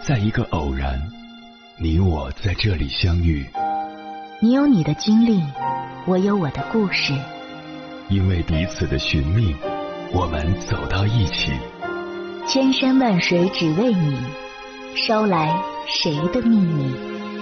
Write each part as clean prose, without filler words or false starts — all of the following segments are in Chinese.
在一个偶然，你我在这里相遇。 你有你的经历，我有我的故事。 因为彼此的寻觅，我们走到一起。 千山万水只为你，捎来谁的秘密？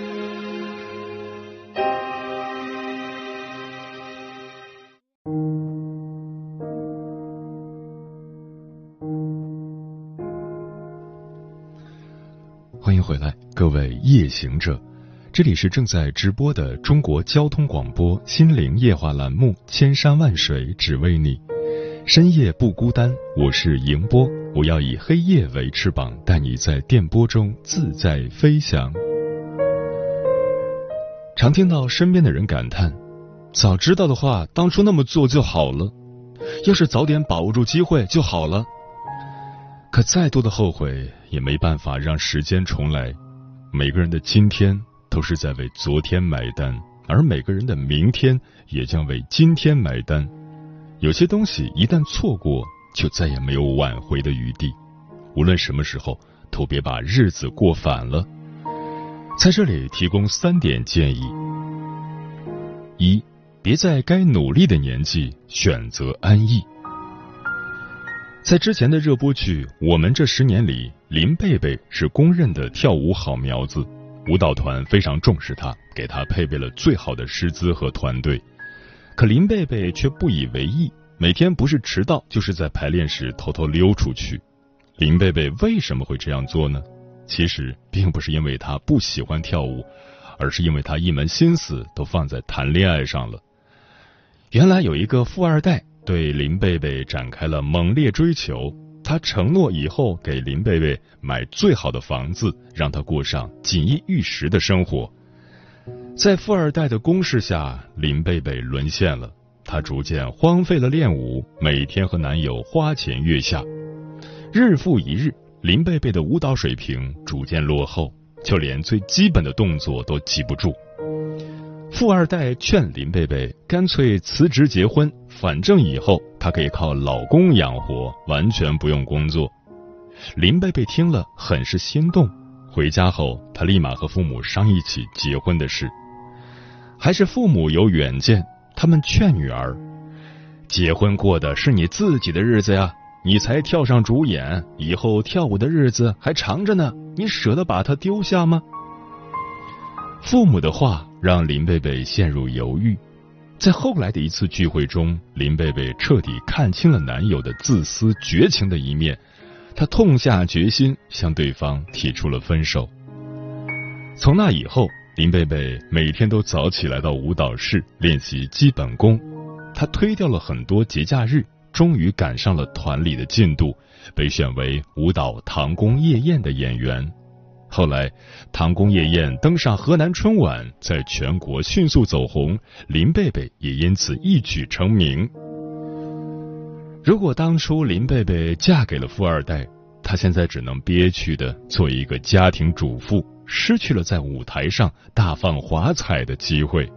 欢迎回来，各位夜行者，这里是正在直播的中国交通广播心灵夜话栏目《千山万水只为你》，深夜不孤单，我是迎波，我要以黑夜为翅膀，带你在电波中自在飞翔。常听到身边的人感叹，早知道的话，当初那么做就好了，要是早点把握住机会就好了。可再多的后悔也没办法让时间重来，每个人的今天都是在为昨天买单，而每个人的明天也将为今天买单。有些东西一旦错过，就再也没有挽回的余地，无论什么时候都别把日子过反了。在这里提供3点建议：一，别在该努力的年纪选择安逸。在之前的热播剧《我们这10年》里，林贝贝是公认的跳舞好苗子，舞蹈团非常重视她，给她配备了最好的师资和团队。可林贝贝却不以为意，每天不是迟到就是在排练时偷偷溜出去。林贝贝为什么会这样做呢？其实并不是因为她不喜欢跳舞，而是因为她一门心思都放在谈恋爱上了。原来有一个富二代对林贝贝展开了猛烈追求，他承诺以后给林贝贝买最好的房子，让她过上锦衣玉食的生活。在富二代的攻势下，林贝贝沦陷了，她逐渐荒废了练舞，每天和男友花前月下。日复一日，林贝贝的舞蹈水平逐渐落后，就连最基本的动作都记不住。富二代劝林贝贝干脆辞职结婚，反正以后她可以靠老公养活，完全不用工作。林贝贝听了很是心动，回家后她立马和父母商议起结婚的事。还是父母有远见，他们劝女儿，结婚过的是你自己的日子呀，你才跳上主演，以后跳舞的日子还长着呢，你舍得把它丢下吗？父母的话让林贝贝陷入犹豫。在后来的一次聚会中，林贝贝彻底看清了男友的自私绝情的一面，她痛下决心向对方提出了分手。从那以后，林贝贝每天都早起来到舞蹈室练习基本功，她推掉了很多节假日，终于赶上了团里的进度，被选为舞蹈《唐宫夜宴》的演员。后来，《唐宫夜宴》登上河南春晚，在全国迅速走红，林贝贝也因此一举成名。如果当初林贝贝嫁给了富二代，她现在只能憋屈地做一个家庭主妇，失去了在舞台上大放华彩的机会。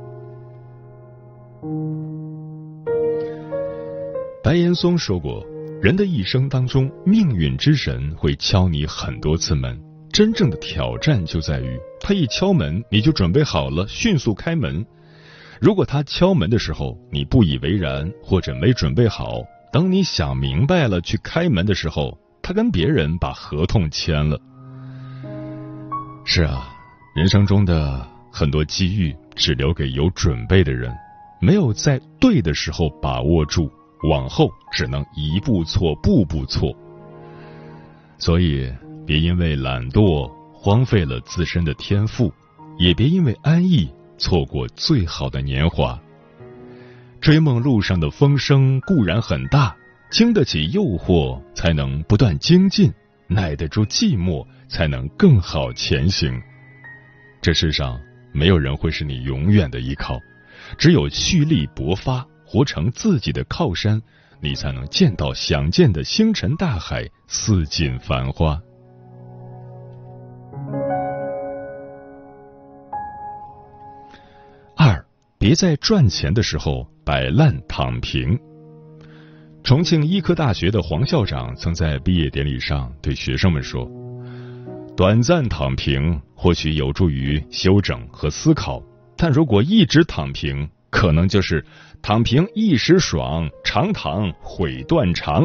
白岩松说过，人的一生当中，命运之神会敲你很多次门，真正的挑战就在于，他一敲门你就准备好了，迅速开门。如果他敲门的时候你不以为然或者没准备好，等你想明白了去开门的时候，他跟别人把合同签了。是啊，人生中的很多机遇只留给有准备的人，没有在对的时候把握住，往后只能一步错步步错。所以别因为懒惰荒废了自身的天赋，也别因为安逸错过最好的年华。追梦路上的风声固然很大，经得起诱惑才能不断精进，耐得住寂寞才能更好前行。这世上没有人会是你永远的依靠，只有蓄力勃发，活成自己的靠山，你才能见到想见的星辰大海，似锦繁花。2，别在赚钱的时候摆烂躺平。重庆医科大学的黄校长曾在毕业典礼上对学生们说， 短暂躺平或许有助于休整和思考，但如果一直躺平，可能就是躺平一时爽，常躺悔断肠。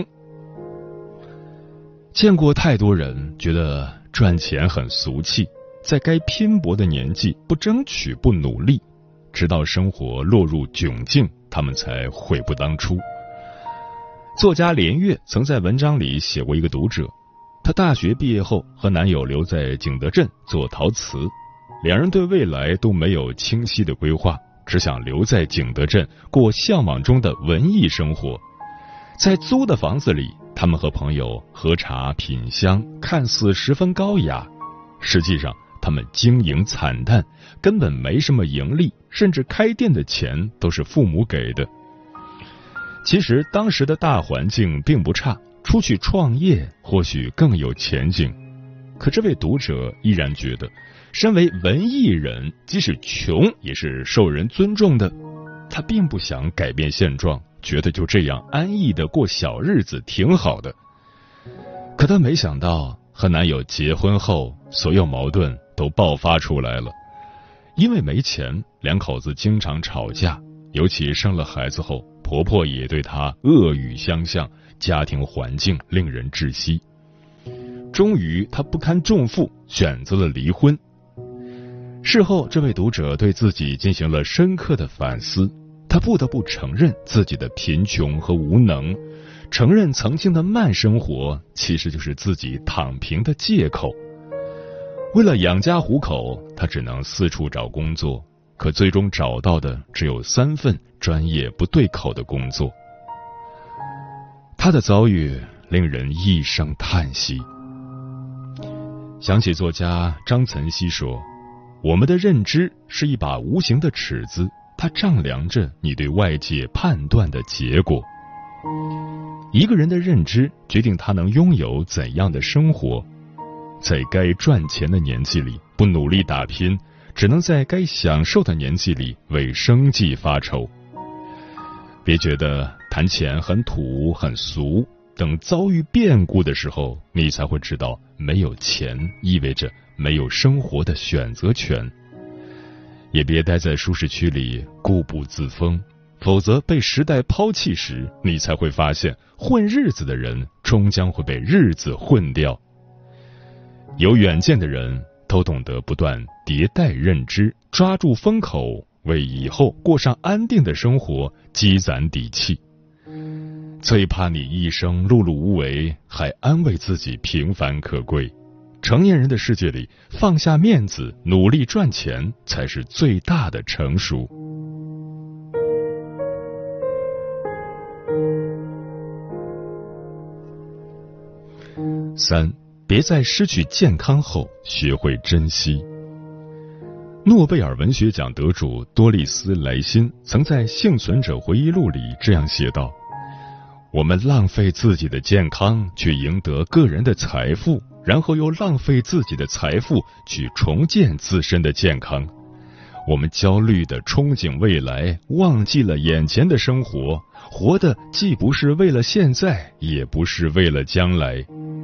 见过太多人觉得赚钱很俗气，在该拼搏的年纪不争取不努力，直到生活落入窘境，他们才悔不当初。作家连岳曾在文章里写过一个读者，她大学毕业后和男友留在景德镇做陶瓷，两人对未来都没有清晰的规划，只想留在景德镇过向往中的文艺生活。在租的房子里，他们和朋友喝茶品香，看似十分高雅，实际上他们经营惨淡，根本没什么盈利，甚至开店的钱都是父母给的。其实当时的大环境并不差，出去创业或许更有前景。可这位读者依然觉得，身为文艺人，即使穷也是受人尊重的。他并不想改变现状，觉得就这样安逸的过小日子挺好的。可她没想到，和男友结婚后，所有矛盾都爆发出来了。因为没钱，两口子经常吵架，尤其生了孩子后，婆婆也对她恶语相向，家庭环境令人窒息。终于，她不堪重负，选择了离婚。事后，这位读者对自己进行了深刻的反思，她不得不承认自己的贫穷和无能，承认曾经的慢生活其实就是自己躺平的借口。为了养家糊口，她只能四处找工作，可最终找到的只有3份专业不对口的工作。她的遭遇令人一声叹息。想起作家张岑曦说，我们的认知是一把无形的尺子，它丈量着你对外界判断的结果。一个人的认知决定他能拥有怎样的生活。在该赚钱的年纪里不努力打拼，只能在该享受的年纪里为生计发愁。别觉得谈钱很土很俗，等遭遇变故的时候，你才会知道没有钱意味着没有生活的选择权。也别待在舒适区里固步自封，否则被时代抛弃时，你才会发现混日子的人终将会被日子混掉。有远见的人都懂得不断迭代认知，抓住风口，为以后过上安定的生活积攒底气。最怕你一生碌碌无为，还安慰自己平凡可贵。成年人的世界里，放下面子，努力赚钱，才是最大的成熟。3，别在失去健康后学会珍惜。诺贝尔文学奖得主多丽丝·莱辛曾在《幸存者回忆录》里这样写道：我们浪费自己的健康去赢得个人的财富，然后又浪费自己的财富去重建自身的健康。我们焦虑地憧憬未来，忘记了眼前的生活，活的既不是为了现在，也不是为了将来。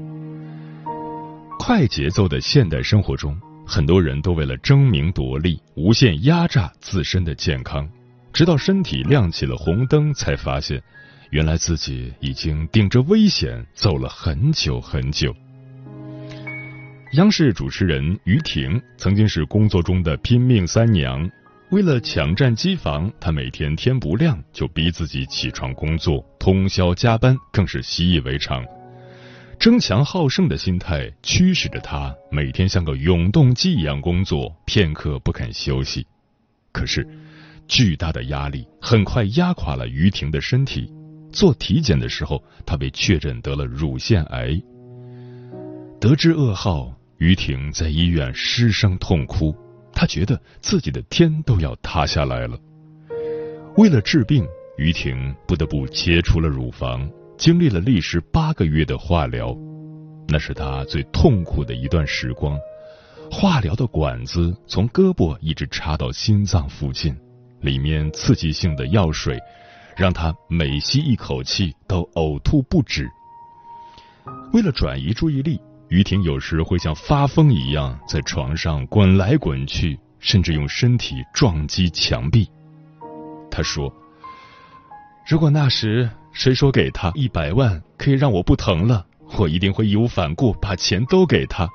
快节奏的现代生活中，很多人都为了争名夺利，无限压榨自身的健康，直到身体亮起了红灯，才发现原来自己已经顶着危险走了很久很久。央视主持人于婷曾经是工作中的拼命三娘，为了抢占机房，她每天天不亮就逼自己起床工作，通宵加班更是习以为常。争强好胜的心态驱使着她每天像个永动机一样工作，片刻不肯休息。可是巨大的压力很快压垮了于婷的身体。做体检的时候，她被确诊得了乳腺癌。得知噩耗，于婷在医院失声痛哭，她觉得自己的天都要塌下来了。为了治病，于婷不得不切除了乳房，经历了历时8个月的化疗。那是她最痛苦的一段时光。化疗的管子从胳膊一直插到心脏附近，里面刺激性的药水让她每吸一口气都呕吐不止。为了转移注意力， 于婷有时会像发疯一样在床上滚来滚去，甚至用身体撞击墙壁。她说，如果那时谁说给他100万可以让我不疼了，我一定会义无反顾把钱都给他。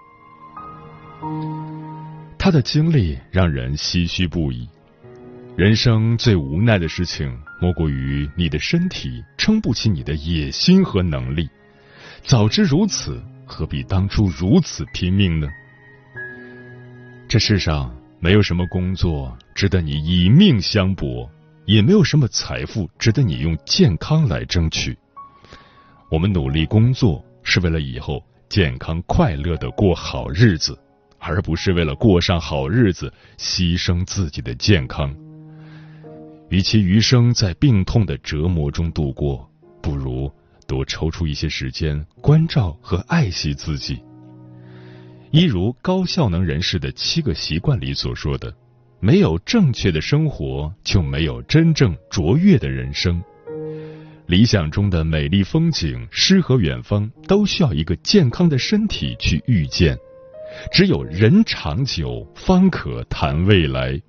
他的经历让人唏嘘不已。人生最无奈的事情，莫过于你的身体撑不起你的野心和能力。早知如此，何必当初如此拼命呢？这世上没有什么工作值得你以命相搏，也没有什么财富值得你用健康来争取。我们努力工作，是为了以后健康快乐地过好日子，而不是为了过上好日子牺牲自己的健康。与其余生在病痛的折磨中度过，不如多抽出一些时间关照和爱惜自己。一如高效能人士的7个习惯里所说的，没有正确的生活，就没有真正卓越的人生。理想中的美丽风景、诗和远方，都需要一个健康的身体去遇见。只有人长久，方可谈未来。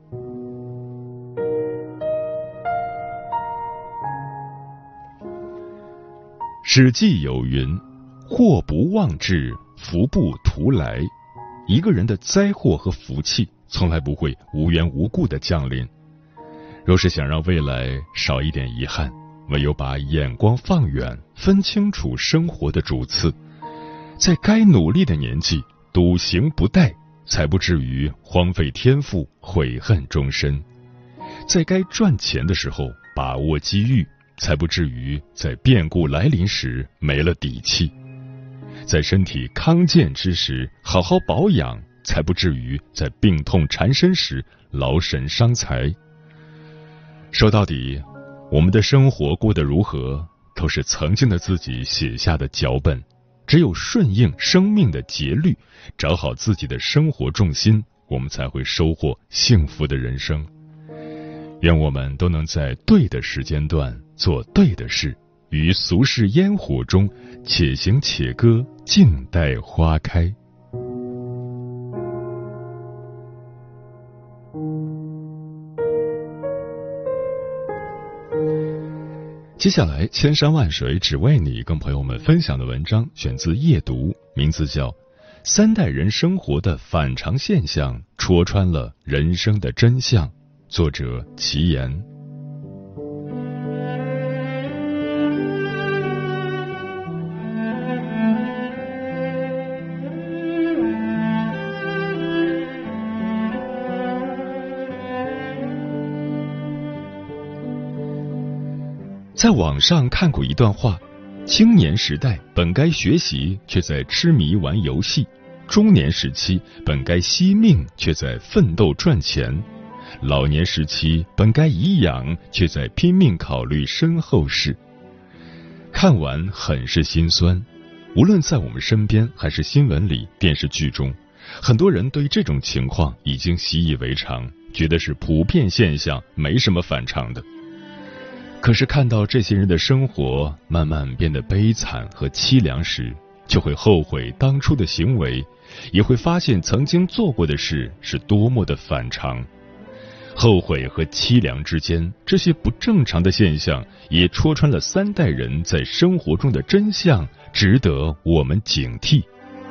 史记有云，祸不妄至，福不图来。一个人的灾祸和福气从来不会无缘无故的降临。若是想让未来少一点遗憾，唯有把眼光放远，分清楚生活的主次，在该努力的年纪笃行不怠，才不至于荒废天赋，悔恨终身。在该赚钱的时候把握机遇，才不至于在变故来临时没了底气。在身体康健之时好好保养，才不至于在病痛缠身时劳神伤财。说到底，我们的生活过得如何，都是曾经的自己写下的脚本。只有顺应生命的节律，找好自己的生活重心，我们才会收获幸福的人生。愿我们都能在对的时间段做对的事，于俗世烟火中且行且歌，静待花开。接下来，千山万水只为你，跟朋友们分享的文章选自夜读，名字叫《3代人生活的反常现象，戳穿了人生的真相》，作者齐言。在网上看过一段话，青年时代本该学习，却在痴迷玩游戏；中年时期本该惜命，却在奋斗赚钱；老年时期本该颐养，却在拼命考虑身后事。看完很是心酸，无论在我们身边还是新闻里、电视剧中，很多人对这种情况已经习以为常，觉得是普遍现象，没什么反常的。可是看到这些人的生活慢慢变得悲惨和凄凉时，就会后悔当初的行为，也会发现曾经做过的事是多么的反常。后悔和凄凉之间，这些不正常的现象也戳穿了3代人在生活中的真相，值得我们警惕。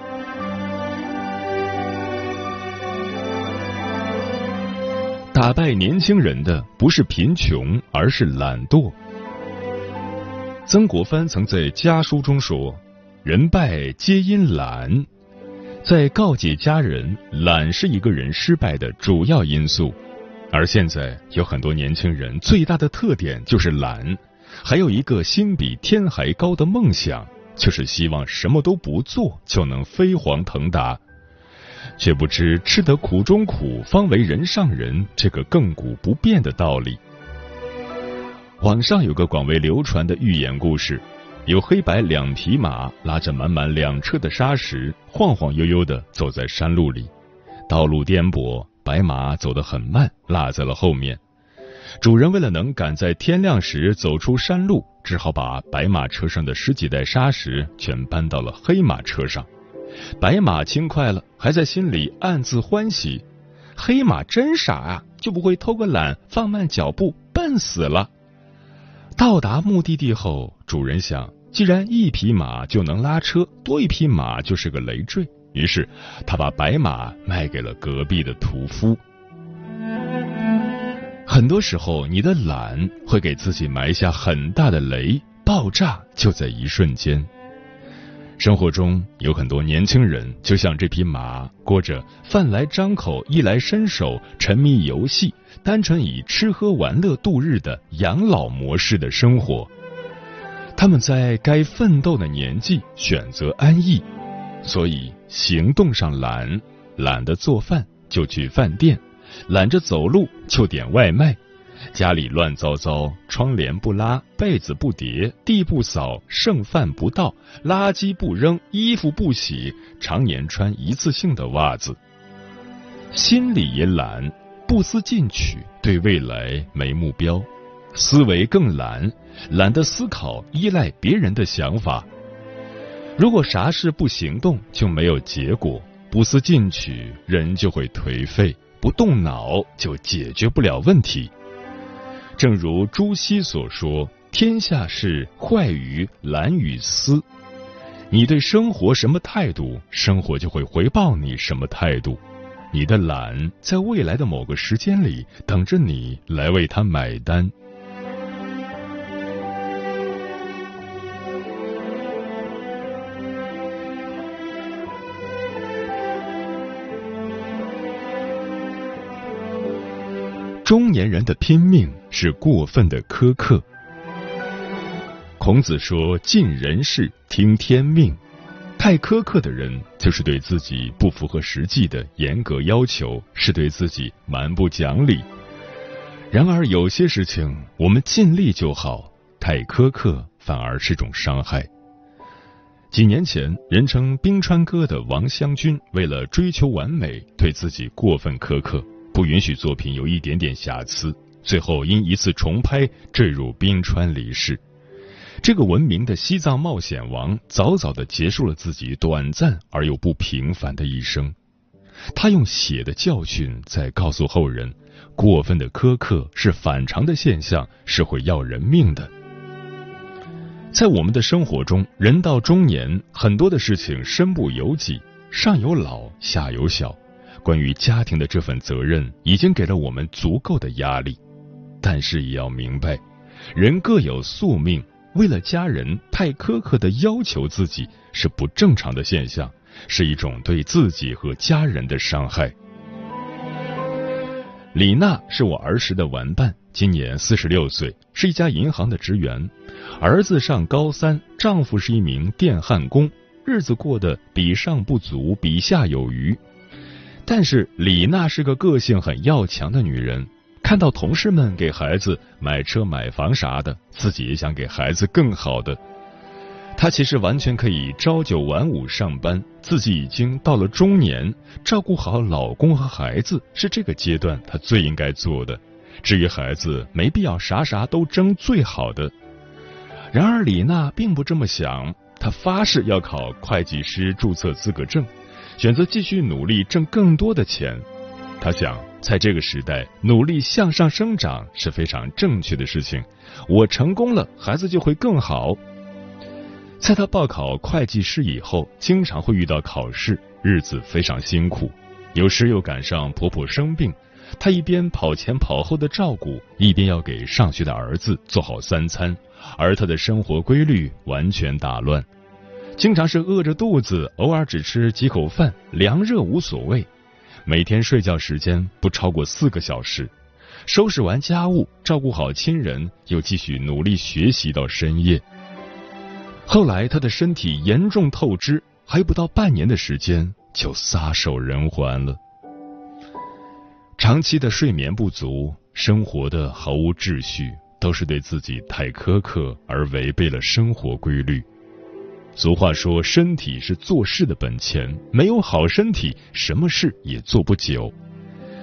打败年轻人的不是贫穷，而是懒惰。曾国藩曾在家书中说，人败皆因懒，在告诫家人，懒是一个人失败的主要因素。而现在有很多年轻人最大的特点就是懒，还有一个心比天还高的梦想，就是希望什么都不做就能飞黄腾达，却不知吃得苦中苦，方为人上人这个亘古不变的道理。网上有个广为流传的寓言故事，有黑白2匹马拉着满满2车的沙石，晃晃悠悠地走在山路里，道路颠簸，白马走得很慢，落在了后面。主人为了能赶在天亮时走出山路，只好把白马车上的10几袋沙石全搬到了黑马车上， 白马轻快了，还在心里暗自欢喜。黑马真傻啊，就不会偷个懒，放慢脚步，笨死了。到达目的地后，主人想，既然一匹马就能拉车，多一匹马就是个累赘，于是他把白马卖给了隔壁的屠夫。很多时候，你的懒会给自己埋下很大的雷，爆炸就在一瞬间。生活中有很多年轻人就像这匹马，过着饭来张口衣来伸手，沉迷游戏，单纯以吃喝玩乐度日的养老模式的生活。他们在该奋斗的年纪选择安逸，所以行动上懒，懒得做饭就去饭店，懒着走路就点外卖，家里乱糟糟，窗帘不拉，被子不叠，地不扫，剩饭不倒，垃圾不扔，衣服不洗，常年穿一次性的袜子。心里也懒，不思进取，对未来没目标，思维更懒，懒得思考，依赖别人的想法。如果啥事不行动，就没有结果，不思进取，人就会颓废，不动脑就解决不了问题。正如朱熹所说，天下事坏于懒与思。你对生活什么态度，生活就会回报你什么态度。你的懒在未来的某个时间里等着你来为它买单。中年人的拼命是过分的苛刻。孔子说，尽人事，听天命。太苛刻的人，就是对自己不符合实际的严格要求，是对自己蛮不讲理。然而有些事情我们尽力就好，太苛刻反而是种伤害。几年前，人称冰川哥的王湘军为了追求完美，对自己过分苛刻，不允许作品有一点点瑕疵，最后因一次重拍坠入冰川离世。这个闻名的西藏冒险王早早地结束了自己短暂而又不平凡的一生。他用血的教训在告诉后人，过分的苛刻是反常的现象，是会要人命的。在我们的生活中，人到中年，很多的事情身不由己，上有老下有小，关于家庭的这份责任已经给了我们足够的压力。但是也要明白，人各有宿命，为了家人太苛刻地要求自己是不正常的现象，是一种对自己和家人的伤害。李娜是我儿时的玩伴，今年46岁，是一家银行的职员，儿子上高3，丈夫是一名电焊工，日子过得比上不足，比下有余。但是李娜是个个性很要强的女人，看到同事们给孩子买车买房啥的，自己也想给孩子更好的。她其实完全可以朝9晚5上班，自己已经到了中年，照顾好老公和孩子是这个阶段她最应该做的。至于孩子，没必要啥都争最好的。然而李娜并不这么想，她发誓要考会计师注册资格证，选择继续努力挣更多的钱。她想，在这个时代，努力向上生长是非常正确的事情，我成功了，孩子就会更好。在她报考会计师以后，经常会遇到考试，日子非常辛苦，有时又赶上婆婆生病，她一边跑前跑后的照顾，一边要给上学的儿子做好3餐，而她的生活规律完全打乱，经常是饿着肚子，偶尔只吃几口饭，凉热无所谓。每天睡觉时间不超过4个小时，收拾完家务，照顾好亲人，又继续努力学习到深夜。后来他的身体严重透支，还不到半年的时间就撒手人寰了。长期的睡眠不足，生活的毫无秩序，都是对自己太苛刻而违背了生活规律。俗话说，身体是做事的本钱，没有好身体，什么事也做不久。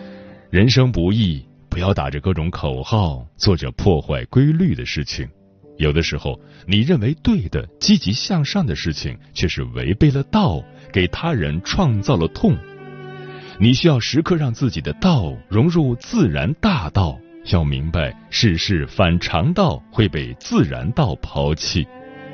人生不易，不要打着各种口号，做着破坏规律的事情。 有的时候，你认为对的、积极向上的事情，却是违背了道，给他人创造了痛。你需要时刻让自己的道融入自然大道，要明白世事反常道会被自然道抛弃。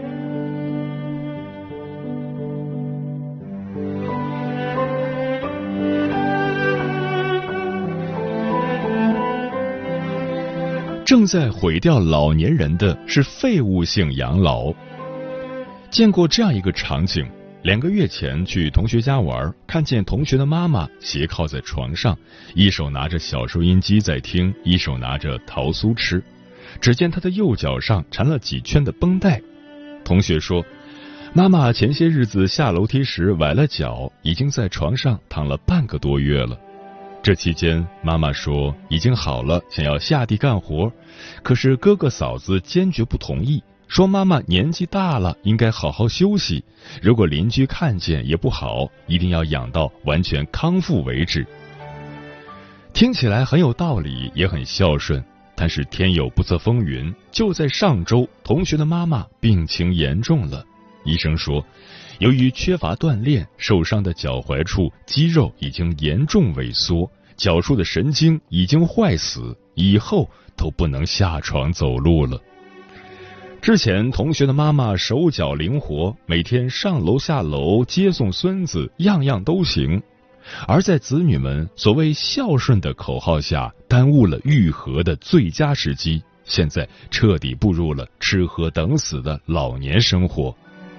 正在毁掉老年人的是废物性养老。见过这样一个场景，2个月前去同学家玩，看见同学的妈妈斜靠在床上，一手拿着小收音机在听，一手拿着桃酥吃。只见她的右脚上缠了几圈的绷带。同学说，妈妈前些日子下楼梯时崴了脚，已经在床上躺了半个多月了。这期间，妈妈说已经好了，想要下地干活，可是哥哥嫂子坚决不同意，说妈妈年纪大了，应该好好休息，如果邻居看见也不好，一定要养到完全康复为止。听起来很有道理，也很孝顺，但是天有不测风云，就在上周，同学的妈妈病情严重了。医生说，由于缺乏锻炼，受伤的脚踝处肌肉已经严重萎缩，脚处的神经已经坏死，以后都不能下床走路了。之前同学的妈妈手脚灵活，每天上楼下楼接送孙子，样样都行，而在子女们所谓孝顺的口号下，耽误了愈合的最佳时机，现在彻底步入了吃喝等死的老年生活。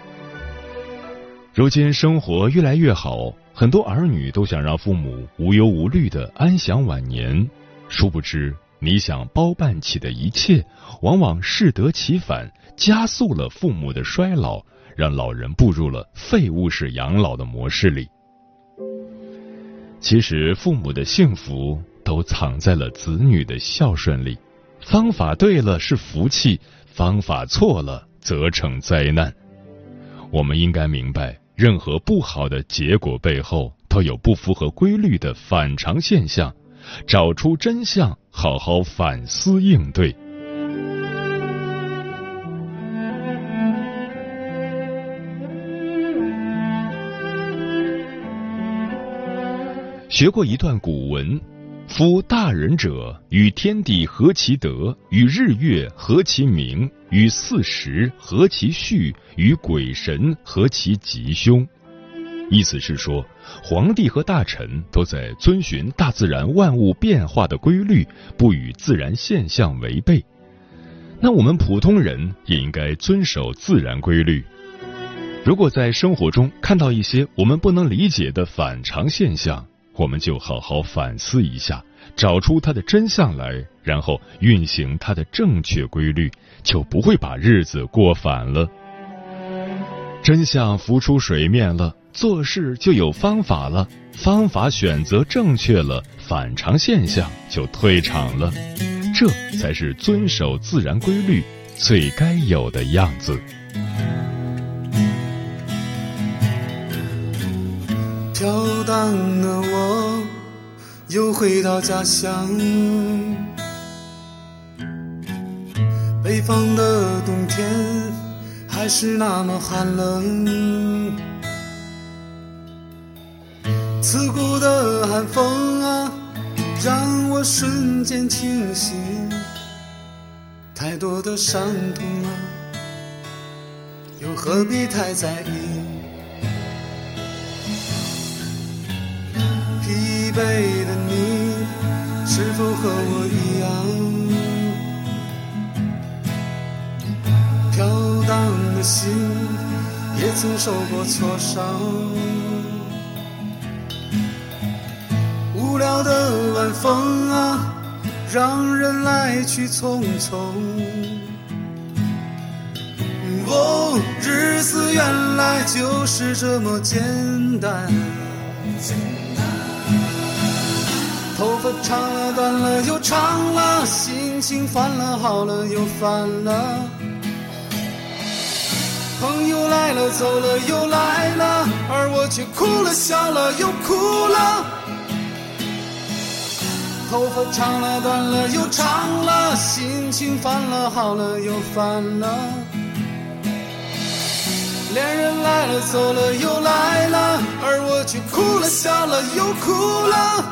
如今生活越来越好，很多儿女都想让父母无忧无虑的安享晚年，殊不知你想包办起的一切，往往适得其反，加速了父母的衰老，让老人步入了废物式养老的模式里。其实父母的幸福都藏在了子女的孝顺里，方法对了是福气，方法错了则成灾难。我们应该明白，任何不好的结果背后都有不符合规律的反常现象，找出真相，好好反思应对。学过一段古文，夫大人者，与天地合其德，与日月合其明，与四时合其序，与鬼神合其吉凶。意思是说，皇帝和大臣都在遵循大自然万物变化的规律，不与自然现象违背。那我们普通人也应该遵守自然规律。如果在生活中看到一些我们不能理解的反常现象，我们就好好反思一下，找出它的真相来，然后运行它的正确规律，就不会把日子过反了。真相浮出水面了，做事就有方法了，方法选择正确了，反常现象就退场了，这才是遵守自然规律最该有的样子。 飘荡的我又回到家乡，北方的冬天还是那么寒冷，刺骨的寒风啊，让我瞬间清醒，太多的伤痛啊，又何必太在意，疲惫的你是否和我一样，飘荡的心也曾受过挫伤，无聊的晚风啊，让人来去匆匆，哦，日子原来就是这么简单，头发长了短了又长了，心情烦了好了又烦了，朋友来了走了又来了，而我却哭了笑了又哭了， 头发长了短了又长了，心情烦了好了又烦了，恋人来了走了又来了，而我却哭了笑了又哭了。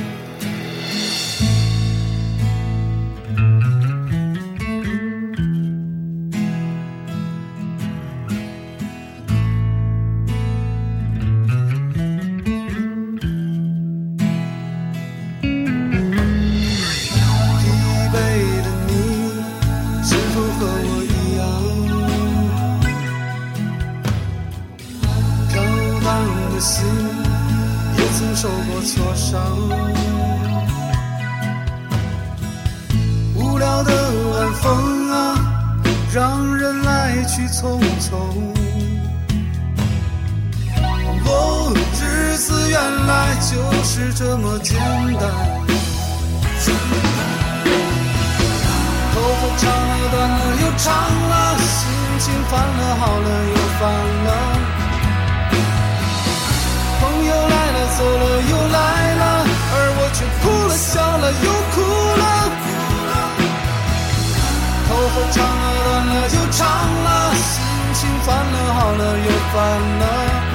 心也曾受过挫伤，无聊的晚风啊，让人来去匆匆。哦，日子原来就是这么简单。头发长了短了又长了，心情烦了好了又烦了，朋友来了走了又来了，而我却哭了笑了又哭了。头发长了短了又长了，心情烦了好了又烦了，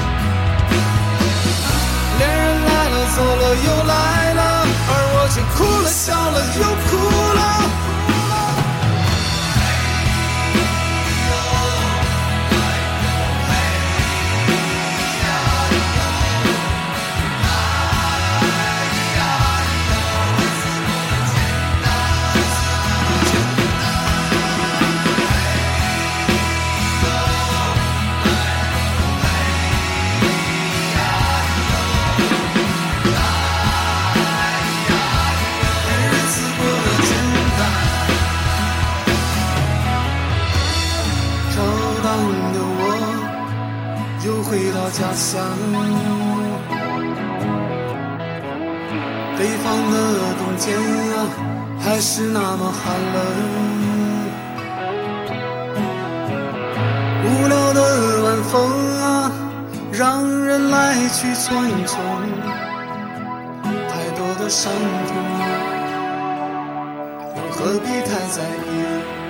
恋人来了走了又来了，而我却哭了笑了又哭了。回到家乡，北方的冬天啊，还是那么寒冷。无聊的晚风啊，让人来去匆匆。太多的伤痛啊，又何必太在意？